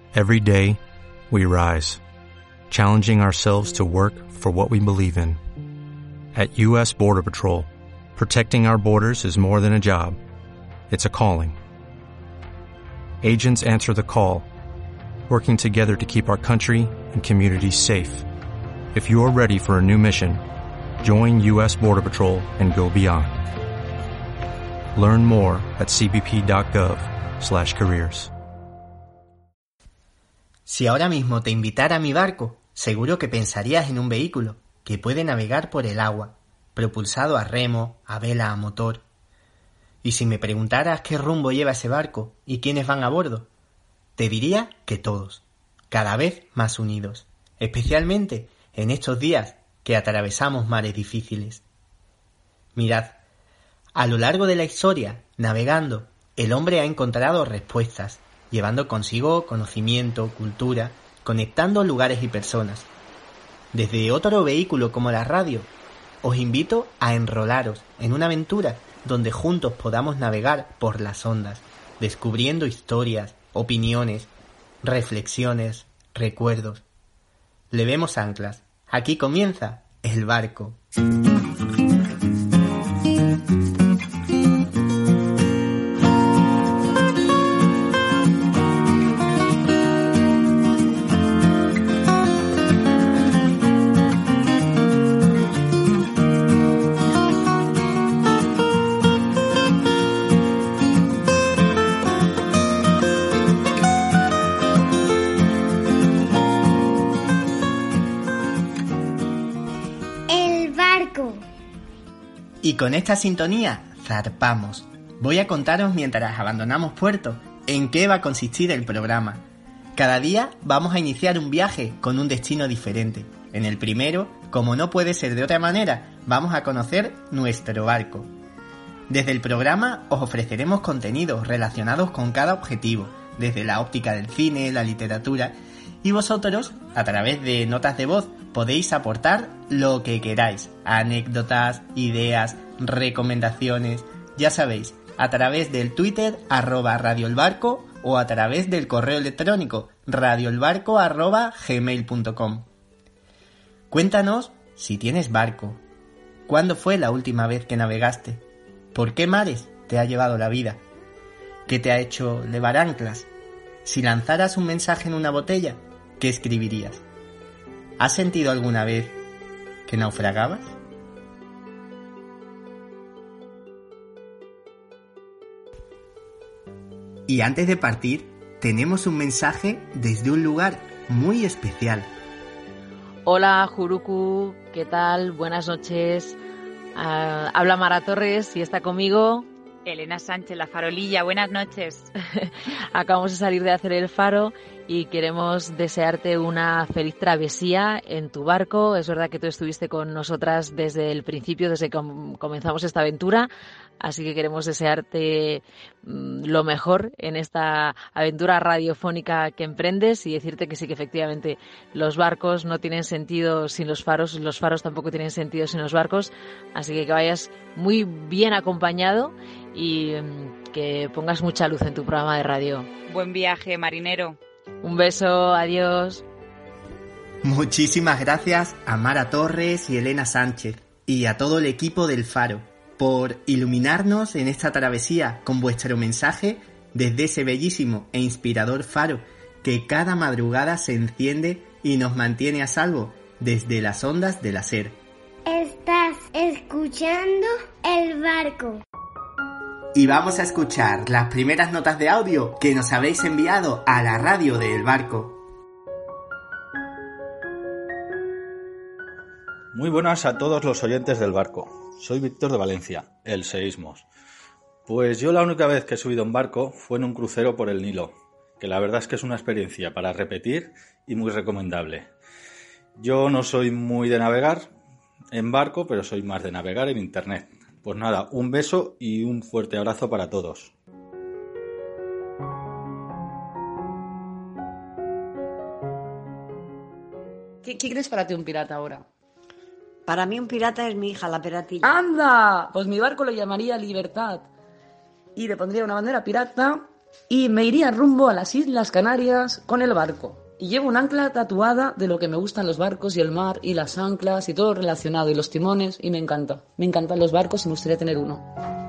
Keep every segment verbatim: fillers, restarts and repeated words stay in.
Every day, we rise, challenging ourselves to work for what we believe in. At U S Border Patrol, protecting our borders is more than a job. It's a calling. Agents answer the call, working together to keep our country and communities safe. If you're ready for a new mission, join U S Border Patrol and go beyond. Learn more at c b p dot gov slash careers. Si ahora mismo te invitara a mi barco, seguro que pensarías en un vehículo que puede navegar por el agua, propulsado a remo, a vela, a motor. Y si me preguntaras qué rumbo lleva ese barco y quiénes van a bordo, te diría que todos, cada vez más unidos, especialmente en estos días que atravesamos mares difíciles. Mirad, a lo largo de la historia, navegando, el hombre ha encontrado respuestas, llevando consigo conocimiento, cultura, conectando lugares y personas. Desde otro vehículo como la radio, os invito a enrolaros en una aventura donde juntos podamos navegar por las ondas, descubriendo historias, opiniones, reflexiones, recuerdos. Levemos anclas. Aquí comienza El Barco. Y con esta sintonía, zarpamos. Voy a contaros mientras abandonamos puerto en qué va a consistir el programa. Cada día vamos a iniciar un viaje con un destino diferente. En el primero, como no puede ser de otra manera, vamos a conocer nuestro barco. Desde el programa os ofreceremos contenidos relacionados con cada objetivo, desde la óptica del cine, la literatura, y vosotros, a través de notas de voz, podéis aportar lo que queráis, anécdotas, ideas, recomendaciones, ya sabéis, a través del Twitter arroba Radio El Barco o a través del correo electrónico radioelbarco arroba gmail punto com. Cuéntanos si tienes barco. ¿Cuándo fue la última vez que navegaste? ¿Por qué mares te ha llevado la vida? ¿Qué te ha hecho levar anclas? Si lanzaras un mensaje en una botella, ¿qué escribirías? ¿Has sentido alguna vez que naufragabas? Y antes de partir, tenemos un mensaje desde un lugar muy especial. Hola Juruku, ¿qué tal? Buenas noches. Uh, habla Mara Torres y está conmigo Elena Sánchez, la farolilla. Buenas noches. Acabamos de salir de hacer el faro y queremos desearte una feliz travesía en tu barco. Es verdad que tú estuviste con nosotras desde el principio, desde que com- comenzamos esta aventura, así que queremos desearte mmm, lo mejor en esta aventura radiofónica que emprendes y decirte que sí, que efectivamente los barcos no tienen sentido sin los faros, los faros tampoco tienen sentido sin los barcos, así que que vayas muy bien acompañado y mmm, que pongas mucha luz en tu programa de radio. Buen viaje, marinero. Un beso, adiós. Muchísimas gracias a Mara Torres y Elena Sánchez y a todo el equipo del Faro por iluminarnos en esta travesía con vuestro mensaje desde ese bellísimo e inspirador faro que cada madrugada se enciende y nos mantiene a salvo desde las ondas de la SER. Estás escuchando El Barco. Y vamos a escuchar las primeras notas de audio que nos habéis enviado a la radio de El Barco. Muy buenas a todos los oyentes del barco. Soy Víctor de Valencia, el Seísmos. Pues yo la única vez que he subido un barco fue en un crucero por el Nilo, que la verdad es que es una experiencia para repetir y muy recomendable. Yo no soy muy de navegar en barco, pero soy más de navegar en internet. Pues nada, un beso y un fuerte abrazo para todos. ¿Qué, qué crees para ti un pirata ahora? Para mí un pirata es mi hija, la piratilla. ¡Anda! Pues mi barco lo llamaría Libertad. Y le pondría una bandera pirata y me iría rumbo a las Islas Canarias con el barco. Y llevo un ancla tatuada de lo que me gustan los barcos y el mar y las anclas y todo relacionado y los timones, y me encanta. Me encantan los barcos y me gustaría tener uno.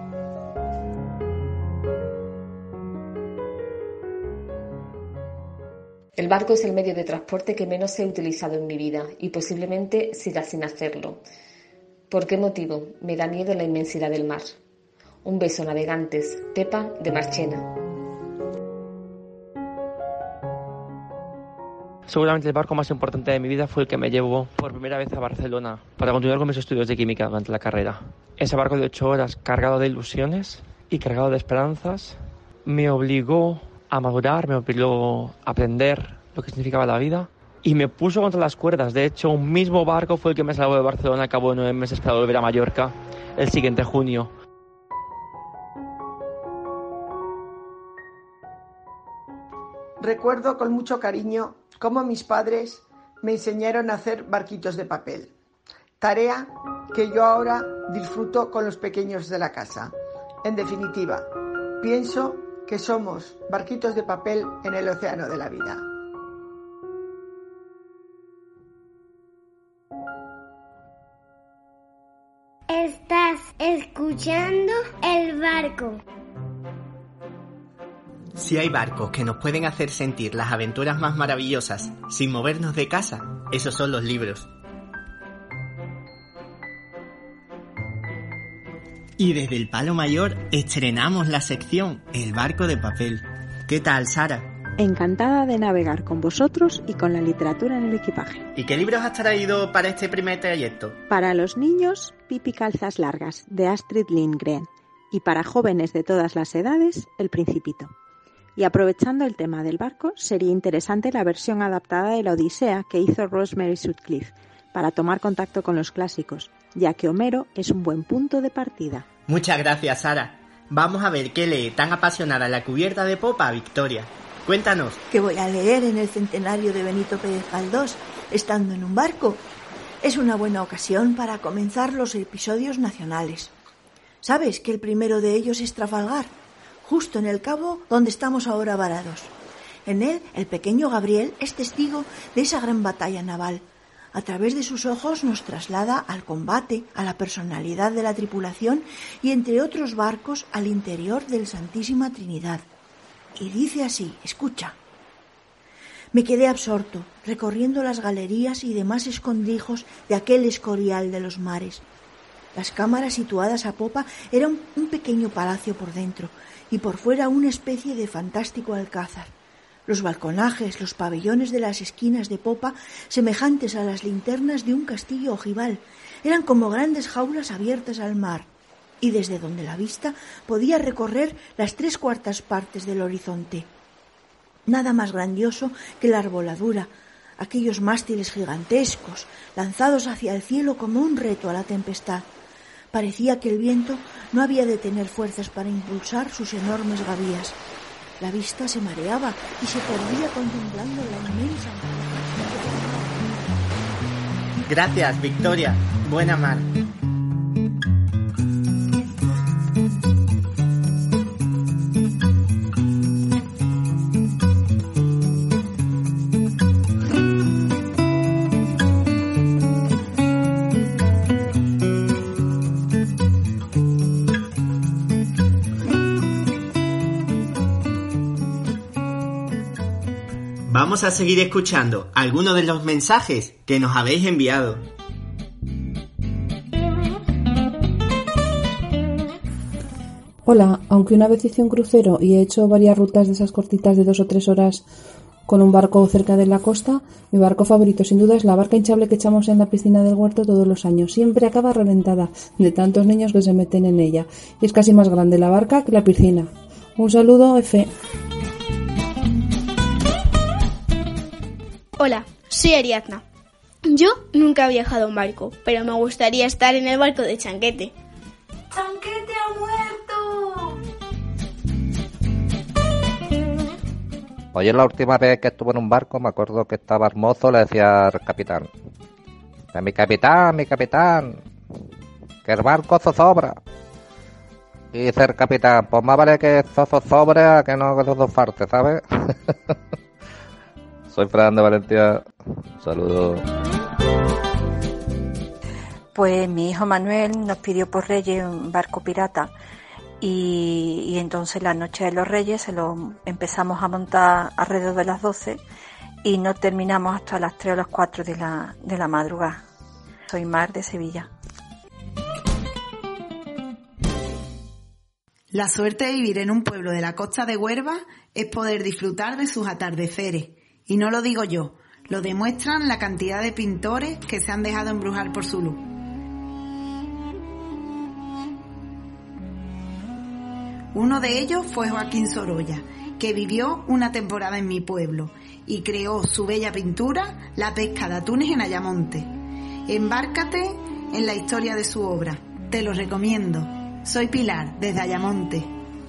El barco es el medio de transporte que menos he utilizado en mi vida y posiblemente siga sin hacerlo. ¿Por qué motivo? Me da miedo la inmensidad del mar. Un beso, navegantes. Pepa, de Marchena. Seguramente el barco más importante de mi vida fue el que me llevó por primera vez a Barcelona para continuar con mis estudios de química durante la carrera. Ese barco de ocho horas cargado de ilusiones y cargado de esperanzas me obligó a madurar, me obligó a aprender lo que significaba la vida y me puso contra las cuerdas. De hecho, un mismo barco fue el que me salvó de Barcelona al cabo de nueve meses para volver a Mallorca el siguiente junio. Recuerdo con mucho cariño cómo mis padres me enseñaron a hacer barquitos de papel, tarea que yo ahora disfruto con los pequeños de la casa. En definitiva, pienso que somos barquitos de papel en el océano de la vida. Estás escuchando El Barco. Si hay barcos que nos pueden hacer sentir las aventuras más maravillosas sin movernos de casa, esos son los libros. Y desde el Palo Mayor estrenamos la sección El Barco de Papel. ¿Qué tal, Sara? Encantada de navegar con vosotros y con la literatura en el equipaje. ¿Y qué libros has traído para este primer trayecto? Para los niños, Pipi Calzas Largas, de Astrid Lindgren. Y para jóvenes de todas las edades, El Principito. Y aprovechando el tema del barco, sería interesante la versión adaptada de la Odisea que hizo Rosemary Sutcliffe para tomar contacto con los clásicos, ya que Homero es un buen punto de partida. Muchas gracias, Sara. Vamos a ver qué lee tan apasionada la cubierta de popa a Victoria. Cuéntanos. ¿Qué voy a leer en el centenario de Benito Pérez Galdós, estando en un barco? Es una buena ocasión para comenzar los episodios nacionales. ¿Sabes que el primero de ellos es Trafalgar? Justo en el cabo donde estamos ahora varados. En él, el pequeño Gabriel es testigo de esa gran batalla naval. A través de sus ojos nos traslada al combate, a la personalidad de la tripulación y, entre otros barcos, al interior del Santísima Trinidad. Y dice así, escucha. Me quedé absorto, recorriendo las galerías y demás escondrijos de aquel escorial de los mares. Las cámaras situadas a popa eran un pequeño palacio por dentro y por fuera una especie de fantástico alcázar. Los balconajes, los pabellones de las esquinas de popa, semejantes a las linternas de un castillo ojival, eran como grandes jaulas abiertas al mar, y desde donde la vista podía recorrer las tres cuartas partes del horizonte. Nada más grandioso que la arboladura, aquellos mástiles gigantescos, lanzados hacia el cielo como un reto a la tempestad. Parecía que el viento no había de tener fuerzas para impulsar sus enormes gavías. La vista se mareaba y se perdía contemplando la inmensa... Gracias, Victoria. Buena mar. Vamos a seguir escuchando algunos de los mensajes que nos habéis enviado. Hola, aunque una vez hice un crucero y he hecho varias rutas de esas cortitas de dos o tres horas con un barco cerca de la costa, mi barco favorito sin duda es la barca hinchable que echamos en la piscina del huerto todos los años. Siempre acaba reventada de tantos niños que se meten en ella. Y es casi más grande la barca que la piscina. Un saludo, F. Hola, soy Ariadna. Yo nunca he viajado en barco, pero me gustaría estar en el barco de Chanquete. ¡Chanquete ha muerto! Oye, la última vez que estuve en un barco me acuerdo que estaba hermoso, le decía al capitán: mi capitán, mi capitán, que el barco zozobra. Y dice el capitán, pues más vale que zozo sobre a que no que zozo falte, ¿sabes? Soy Fran de Valencia. Saludos. Pues mi hijo Manuel nos pidió por Reyes un barco pirata y, y entonces la noche de los Reyes se lo empezamos a montar alrededor de las doce y no terminamos hasta las tres o las cuatro de la, de la madrugada. Soy Mar de Sevilla. La suerte de vivir en un pueblo de la costa de Huelva es poder disfrutar de sus atardeceres. Y no lo digo yo, lo demuestran la cantidad de pintores que se han dejado embrujar por su luz. Uno de ellos fue Joaquín Sorolla, que vivió una temporada en mi pueblo y creó su bella pintura, La pesca de atunes en Ayamonte. Embárcate en la historia de su obra, te lo recomiendo. Soy Pilar, desde Ayamonte.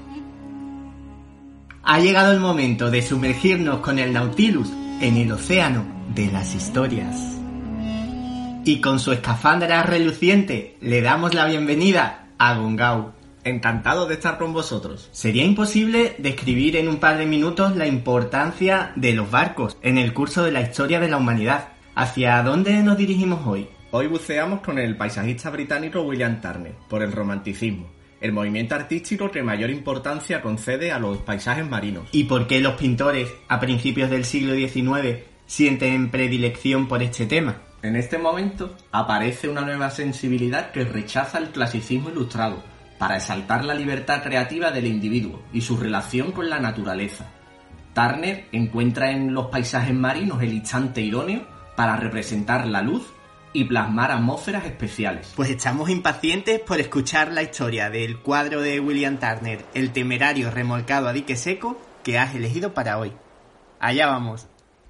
Ha llegado el momento de sumergirnos con el Nautilus en el océano de las historias. Y con su escafandra reluciente le damos la bienvenida a Gongau. Encantado de estar con vosotros. Sería imposible describir en un par de minutos la importancia de los barcos en el curso de la historia de la humanidad. ¿Hacia dónde nos dirigimos hoy? Hoy buceamos con el paisajista británico William Turner, por el romanticismo, el movimiento artístico que mayor importancia concede a los paisajes marinos. ¿Y por qué los pintores a principios del siglo diecinueve sienten predilección por este tema? En este momento aparece una nueva sensibilidad que rechaza el clasicismo ilustrado, para exaltar la libertad creativa del individuo y su relación con la naturaleza. Turner encuentra en los paisajes marinos el instante idóneo para representar la luz y plasmar atmósferas especiales. Pues estamos impacientes por escuchar la historia del cuadro de William Turner, El temerario remolcado a dique seco, que has elegido para hoy. Allá vamos.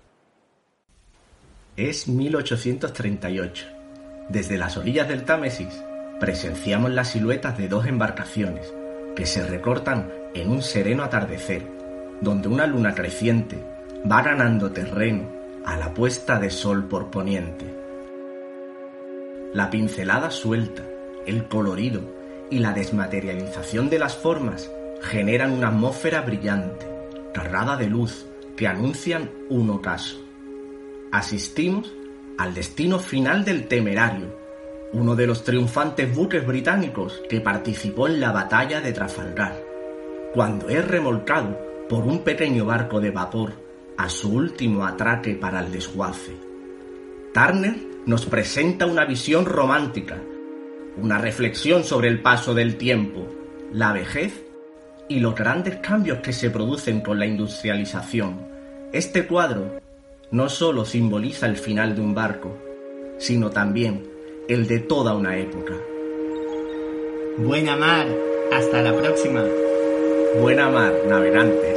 Es mil ochocientos treinta y ocho. Desde las orillas del Támesis presenciamos las siluetas de dos embarcaciones que se recortan en un sereno atardecer, donde una luna creciente va ganando terreno a la puesta de sol por poniente. La pincelada suelta, el colorido y la desmaterialización de las formas generan una atmósfera brillante, cargada de luz, que anuncian un ocaso. Asistimos al destino final del Temerario, uno de los triunfantes buques británicos que participó en la batalla de Trafalgar, cuando es remolcado por un pequeño barco de vapor a su último atraque para el desguace. Turner nos presenta una visión romántica, una reflexión sobre el paso del tiempo, la vejez y los grandes cambios que se producen con la industrialización. Este cuadro no solo simboliza el final de un barco, sino también el de toda una época. Buena mar, hasta la próxima. Buena mar, navegantes.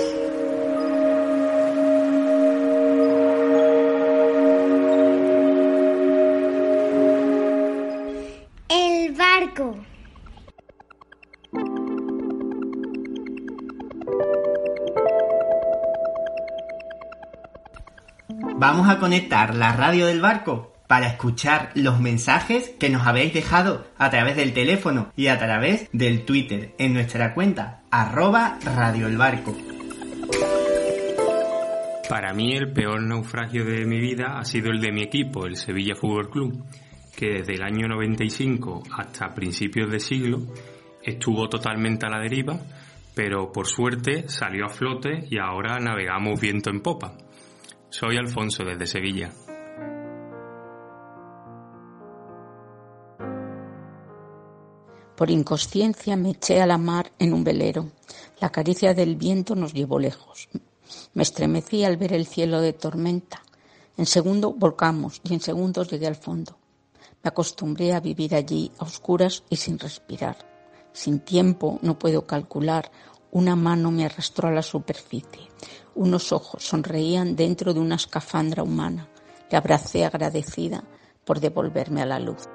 El barco. Vamos a conectar la radio del barco para escuchar los mensajes que nos habéis dejado a través del teléfono y a través del Twitter en nuestra cuenta arroba Radio El Barco. Para mí el peor naufragio de mi vida ha sido el de mi equipo, el Sevilla Fútbol Club, que desde el año noventa y cinco hasta principios de siglo estuvo totalmente a la deriva, pero por suerte salió a flote y ahora navegamos viento en popa. Soy Alfonso desde Sevilla. Por inconsciencia me eché a la mar en un velero. La caricia del viento nos llevó lejos. Me estremecí al ver el cielo de tormenta. En segundo volcamos y en segundos llegué al fondo. Me acostumbré a vivir allí a oscuras y sin respirar. Sin tiempo, no puedo calcular, una mano me arrastró a la superficie. Unos ojos sonreían dentro de una escafandra humana. Le abracé agradecida por devolverme a la luz.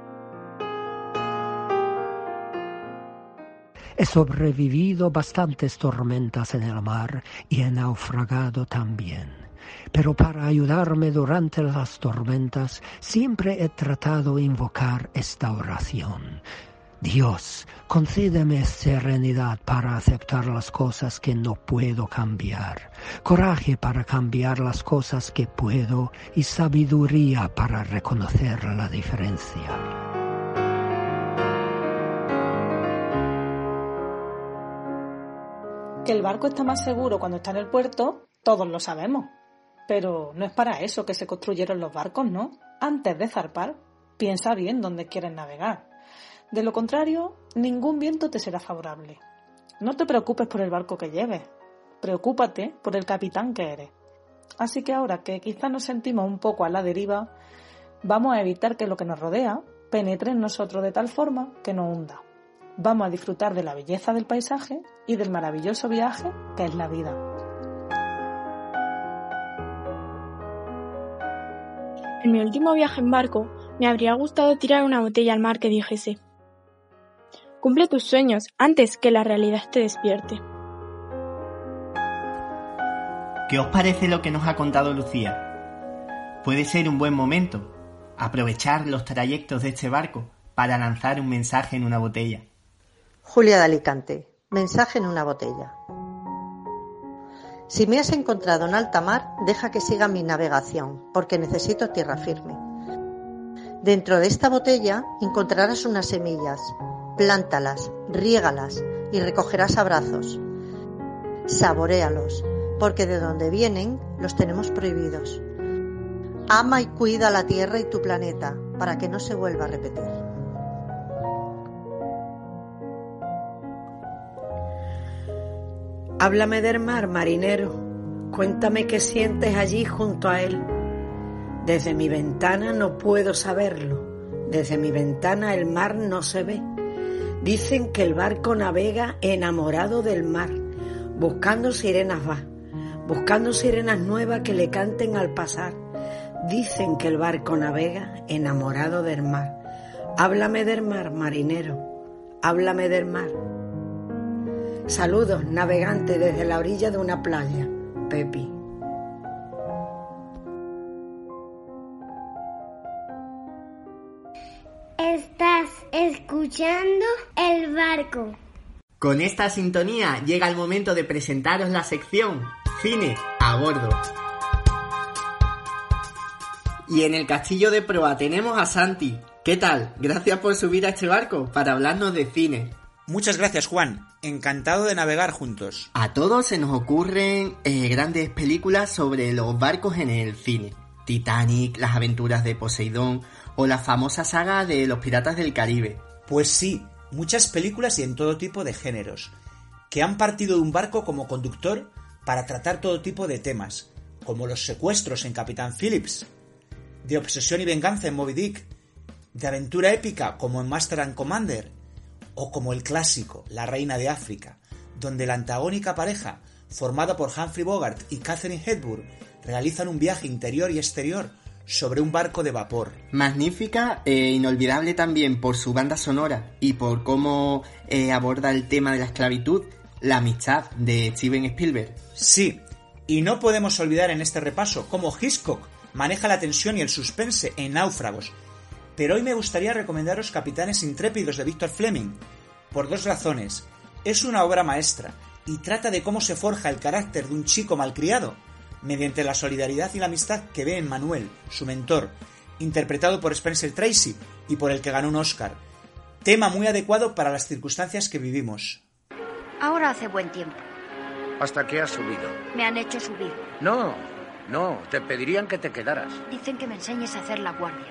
He sobrevivido bastantes tormentas en el mar y he naufragado también. Pero para ayudarme durante las tormentas siempre he tratado de invocar esta oración. Dios, concédeme serenidad para aceptar las cosas que no puedo cambiar, coraje para cambiar las cosas que puedo y sabiduría para reconocer la diferencia. Que el barco está más seguro cuando está en el puerto, todos lo sabemos. Pero no es para eso que se construyeron los barcos, ¿no? Antes de zarpar, piensa bien dónde quieres navegar. De lo contrario, ningún viento te será favorable. No te preocupes por el barco que lleves, preocúpate por el capitán que eres. Así que ahora que quizás nos sentimos un poco a la deriva, vamos a evitar que lo que nos rodea penetre en nosotros de tal forma que nos hunda. Vamos a disfrutar de la belleza del paisaje y del maravilloso viaje que es la vida. En mi último viaje en barco, me habría gustado tirar una botella al mar que dijese: cumple tus sueños antes que la realidad te despierte. ¿Qué os parece lo que nos ha contado Lucía? Puede ser un buen momento aprovechar los trayectos de este barco para lanzar un mensaje en una botella. Julia de Alicante, mensaje en una botella. Si me has encontrado en alta mar, deja que siga mi navegación, porque necesito tierra firme. Dentro de esta botella encontrarás unas semillas. Plántalas, riégalas y recogerás abrazos. Saboréalos, porque de donde vienen los tenemos prohibidos. Ama y cuida la tierra y tu planeta, para que no se vuelva a repetir. Háblame del mar, marinero. Cuéntame qué sientes allí junto a él. Desde mi ventana no puedo saberlo. Desde mi ventana el mar no se ve. Dicen que el barco navega enamorado del mar. Buscando sirenas va. Buscando sirenas nuevas que le canten al pasar. Dicen que el barco navega enamorado del mar. Háblame del mar, marinero. Háblame del mar. Saludos, navegante desde la orilla de una playa. Pepi. Estás escuchando El Barco. Con esta sintonía llega el momento de presentaros la sección Cine a Bordo. Y en el castillo de proa tenemos a Santi. ¿Qué tal? Gracias por subir a este barco para hablarnos de cine. Muchas gracias, Juan. Encantado de navegar juntos. A todos se nos ocurren eh, grandes películas sobre los barcos en el cine. Titanic, Las aventuras de Poseidón o la famosa saga de Los Piratas del Caribe. Pues sí, muchas películas y en todo tipo de géneros, que han partido de un barco como conductor para tratar todo tipo de temas, como los secuestros en Capitán Phillips, de obsesión y venganza en Moby Dick, de aventura épica como en Master and Commander, o como el clásico La Reina de África, donde la antagónica pareja, formada por Humphrey Bogart y Katharine Hepburn, realizan un viaje interior y exterior sobre un barco de vapor. Magnífica e inolvidable también por su banda sonora y por cómo eh, aborda el tema de la esclavitud, La amistad de Steven Spielberg. Sí, y no podemos olvidar en este repaso cómo Hitchcock maneja la tensión y el suspense en Náufragos. Pero hoy me gustaría recomendaros Capitanes Intrépidos de Victor Fleming, por dos razones. Es una obra maestra y trata de cómo se forja el carácter de un chico malcriado, mediante la solidaridad y la amistad que ve en Manuel, su mentor, interpretado por Spencer Tracy y por el que ganó un Oscar. Tema muy adecuado para las circunstancias que vivimos. Ahora hace buen tiempo. ¿Hasta qué has subido? Me han hecho subir. No, no, te pedirían que te quedaras. Dicen que me enseñes a hacer la guardia.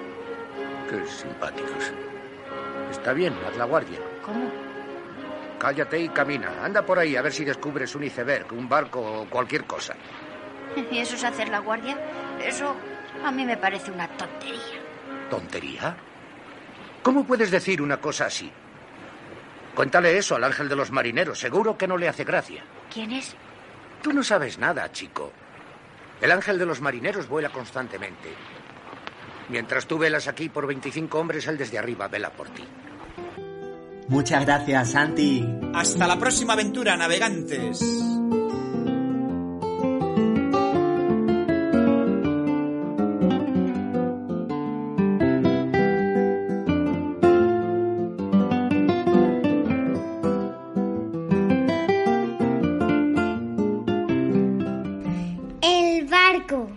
Qué simpáticos. Está bien, haz la guardia. ¿Cómo? Cállate y camina. Anda por ahí a ver si descubres un iceberg, un barco o cualquier cosa. ¿Y eso es hacer la guardia? Eso a mí me parece una tontería. ¿Tontería? ¿Cómo puedes decir una cosa así? Cuéntale eso al ángel de los marineros. Seguro que no le hace gracia. ¿Quién es? Tú no sabes nada, chico. El ángel de los marineros vuela constantemente. Mientras tú velas aquí por veinticinco hombres, él desde arriba vela por ti. Muchas gracias, Santi. Hasta la próxima aventura, navegantes. barco.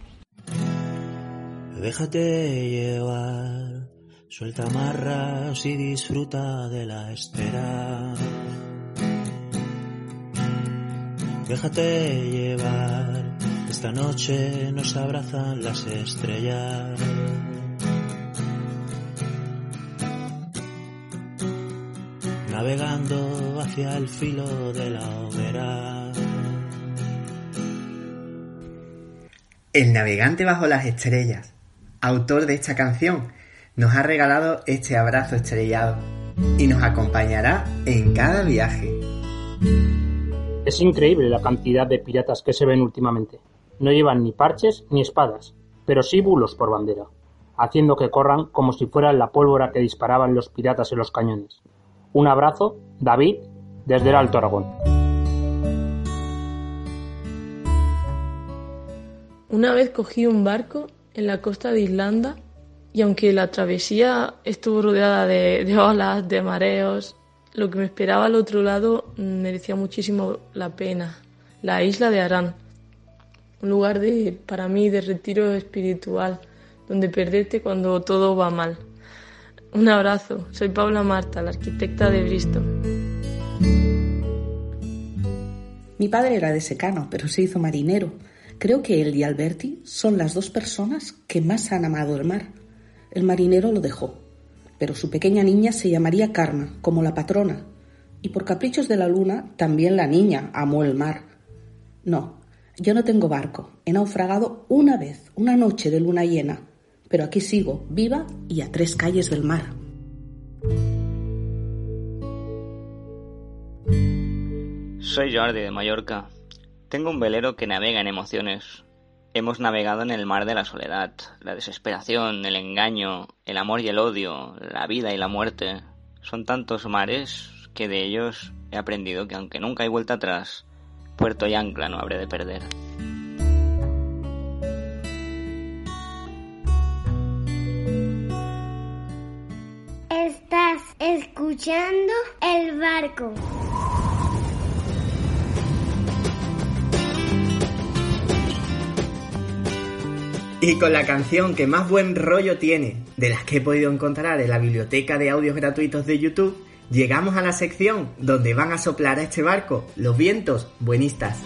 Déjate llevar, suelta amarras y disfruta de la espera. Déjate llevar, esta noche nos abrazan las estrellas. Navegando hacia el filo de la hoguera. El navegante bajo las estrellas, autor de esta canción, nos ha regalado este abrazo estrellado y nos acompañará en cada viaje. Es increíble la cantidad de piratas que se ven últimamente. No llevan ni parches ni espadas, pero sí bulos por bandera, haciendo que corran como si fueran la pólvora que disparaban los piratas en los cañones. Un abrazo, David, desde el Alto Aragón. Una vez cogí un barco en la costa de Irlanda y aunque la travesía estuvo rodeada de, de olas, de mareos, lo que me esperaba al otro lado merecía muchísimo la pena. La isla de Arán, un lugar de, para mí de retiro espiritual, donde perderte cuando todo va mal. Un abrazo, soy Paula Marta, la arquitecta de Bristol. Mi padre era de secano, pero se hizo marinero. Creo que él y Alberti son las dos personas que más han amado el mar. El marinero lo dejó, pero su pequeña niña se llamaría Karma, como la patrona. Y por caprichos de la luna, también la niña amó el mar. No, yo no tengo barco. He naufragado una vez, una noche de luna llena. Pero aquí sigo, viva y a tres calles del mar. Soy Jordi de Mallorca. Tengo un velero que navega en emociones. Hemos navegado en el mar de la soledad, la desesperación, el engaño, el amor y el odio, la vida y la muerte. Son tantos mares que de ellos he aprendido que aunque nunca hay vuelta atrás, puerto y ancla no habré de perder. Estás escuchando El Barco. Y con la canción que más buen rollo tiene, de las que he podido encontrar en la biblioteca de audios gratuitos de YouTube, llegamos a la sección donde van a soplar a este barco los vientos buenistas.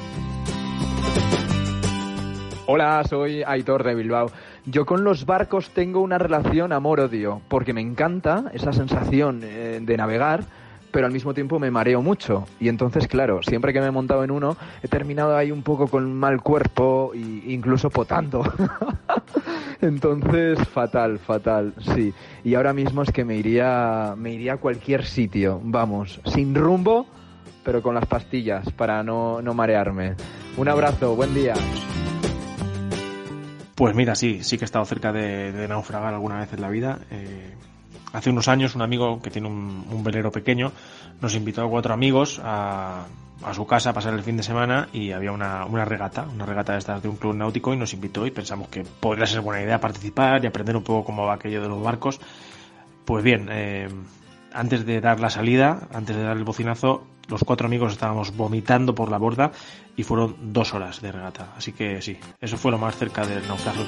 Hola, soy Aitor de Bilbao. Yo con los barcos tengo una relación amor-odio, porque me encanta esa sensación eh, de navegar, pero al mismo tiempo me mareo mucho. Y entonces, claro, siempre que me he montado en uno, he terminado ahí un poco con mal cuerpo e incluso potando. Entonces, fatal, fatal, sí. Y ahora mismo es que me iría, me iría a cualquier sitio, vamos, sin rumbo, pero con las pastillas para no, no marearme. Un abrazo, buen día. Pues mira, sí, sí que he estado cerca de, de naufragar alguna vez en la vida. Eh, hace unos años un amigo que tiene un, un velero pequeño nos invitó a cuatro amigos a, a su casa a pasar el fin de semana y había una, una regata, una regata de estas de un club náutico y nos invitó y pensamos que podría ser buena idea participar y aprender un poco cómo va aquello de los barcos. Pues bien, eh, antes de dar la salida, antes de dar el bocinazo, los cuatro amigos estábamos vomitando por la borda y fueron dos horas de regata. Así que sí, eso fue lo más cerca del naufragio.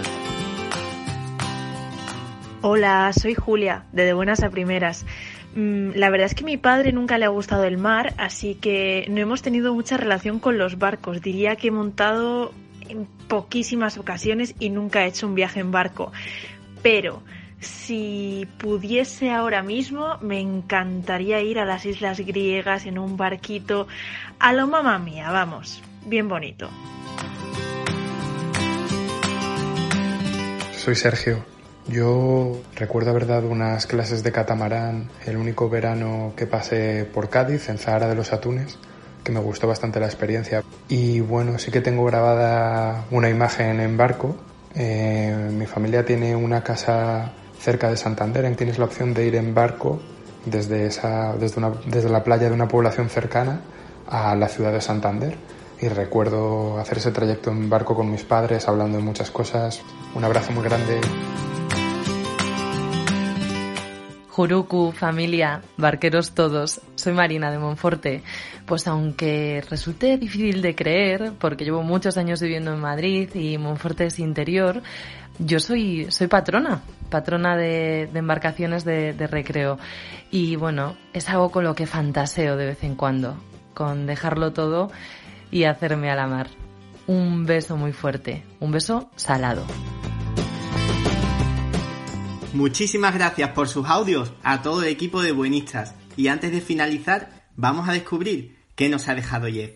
Hola, soy Julia, de De Buenas a Primeras. La verdad es que a mi padre nunca le ha gustado el mar, así que no hemos tenido mucha relación con los barcos. Diría que he montado en poquísimas ocasiones y nunca he hecho un viaje en barco. Pero si pudiese ahora mismo, me encantaría ir a las islas griegas en un barquito a lo mamá mía, vamos, bien bonito. Soy Sergio. Yo recuerdo haber dado unas clases de catamarán el único verano que pasé por Cádiz, en Zahara de los Atunes, que me gustó bastante la experiencia. Y bueno, sí que tengo grabada una imagen en barco. Eh, mi familia tiene una casa cerca de Santander, en tienes la opción de ir en barco desde, esa, desde, una, desde la playa de una población cercana a la ciudad de Santander. Y recuerdo hacer ese trayecto en barco con mis padres, hablando de muchas cosas. Un abrazo muy grande. Juruku, familia, barqueros todos, soy Marina de Monforte. Pues aunque resulte difícil de creer, porque llevo muchos años viviendo en Madrid y Monforte es interior, yo soy, soy patrona, patrona de, de embarcaciones de, de recreo. Y bueno, es algo con lo que fantaseo de vez en cuando, con dejarlo todo y hacerme a la mar. Un beso muy fuerte, un beso salado. Muchísimas gracias por sus audios a todo el equipo de Buenistas. Y antes de finalizar, vamos a descubrir qué nos ha dejado Jeff.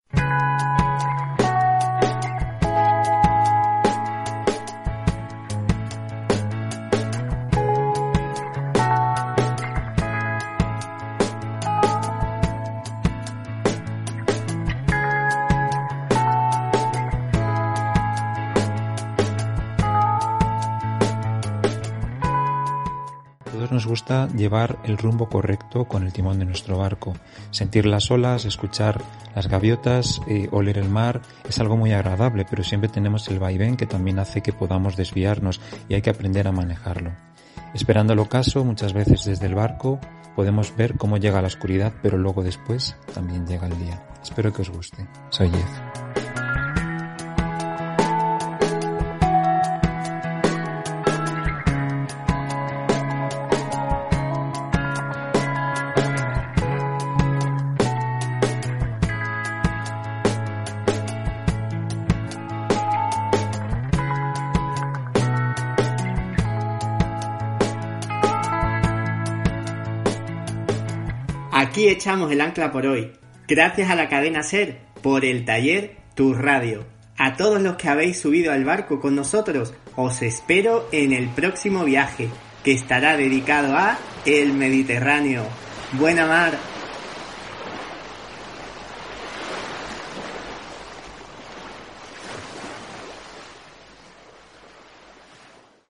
Nos gusta llevar el rumbo correcto con el timón de nuestro barco. Sentir las olas, escuchar las gaviotas, eh, oler el mar, es algo muy agradable, pero siempre tenemos el vaivén que también hace que podamos desviarnos y hay que aprender a manejarlo. Esperando el ocaso, muchas veces desde el barco podemos ver cómo llega la oscuridad, pero luego después también llega el día. Espero que os guste. Soy Jeff. Aquí echamos el ancla por hoy. Gracias a la cadena SER por el taller Tu Radio. A todos los que habéis subido al barco con nosotros, os espero en el próximo viaje, que estará dedicado a el Mediterráneo. Buena mar.